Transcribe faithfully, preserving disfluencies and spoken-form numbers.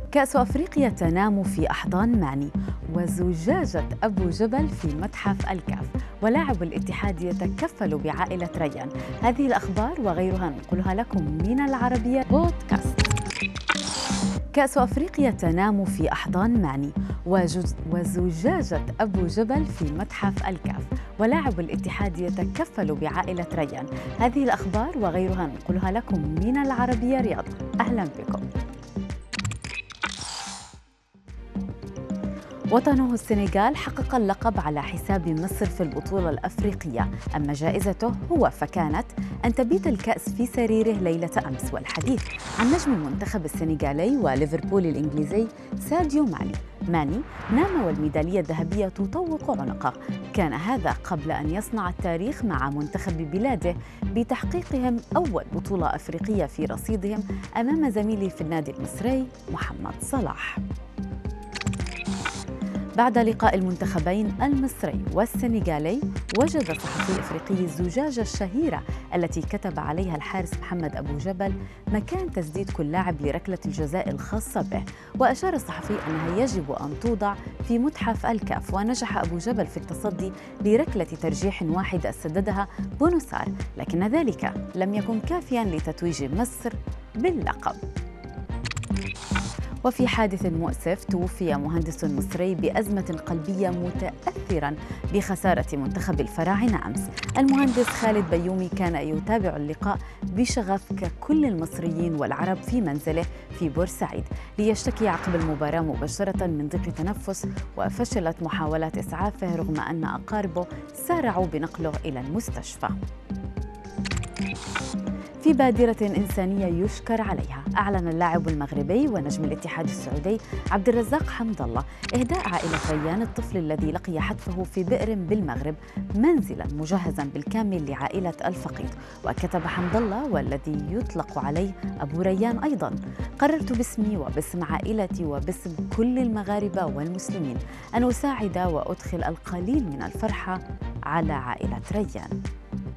كأس أفريقيا تنام في أحضان ماني، وزجاجة أبو جبل في متحف الكاف، ولاعب الاتحاد يتكفل بعائلة ريان. هذه الأخبار وغيرها ننقلها لكم من العربية بودكاست. كأس أفريقيا تنام في أحضان ماني، وزجاجة أبو جبل في متحف الكاف، ولاعب الاتحاد يتكفل بعائلة ريان. هذه الأخبار وغيرها ننقلها لكم من العربية رياضة. أهلا بكم. وطنه السنغال حقق اللقب على حساب مصر في البطولة الأفريقية، أما جائزته هو فكانت أن تبيت الكأس في سريره ليلة أمس. والحديث عن نجم المنتخب السنغالي وليفربول الإنجليزي ساديو ماني. ماني نام والميدالية الذهبية تطوق عنقه. كان هذا قبل أن يصنع التاريخ مع منتخب بلاده بتحقيقهم أول بطولة أفريقية في رصيدهم أمام زميله في النادي المصري محمد صلاح. بعد لقاء المنتخبين المصري والسنغالي، وجد صحفي إفريقي الزجاجة الشهيرة التي كتب عليها الحارس محمد أبو جبل مكان تسديد كل لاعب لركلة الجزاء الخاصة به. وأشار الصحفي أنها يجب أن توضع في متحف الكاف. ونجح أبو جبل في التصدي لركلة ترجيح واحدة سددها بونوسار، لكن ذلك لم يكن كافياً لتتويج مصر باللقب. وفي حادث مؤسف توفي مهندس مصري بأزمة قلبية متأثراً بخسارة منتخب الفراعنة أمس. المهندس خالد بيومي كان يتابع اللقاء بشغف ككل المصريين والعرب في منزله في بورسعيد، ليشتكي عقب المباراة مباشرة من ضيق تنفس، وفشلت محاولات إسعافه رغم أن أقاربه سارعوا بنقله إلى المستشفى. في بادرة إنسانية يشكر عليها، أعلن اللاعب المغربي ونجم الاتحاد السعودي عبد الرزاق حمد الله إهداء عائلة ريان الطفل الذي لقي حتفه في بئر بالمغرب منزلاً مجهزاً بالكامل لعائلة الفقيد. وكتب حمد الله والذي يطلق عليه أبو ريان أيضاً: قررت باسمي وباسم عائلتي وباسم كل المغاربة والمسلمين أن أساعد وأدخل القليل من الفرحة على عائلة ريان.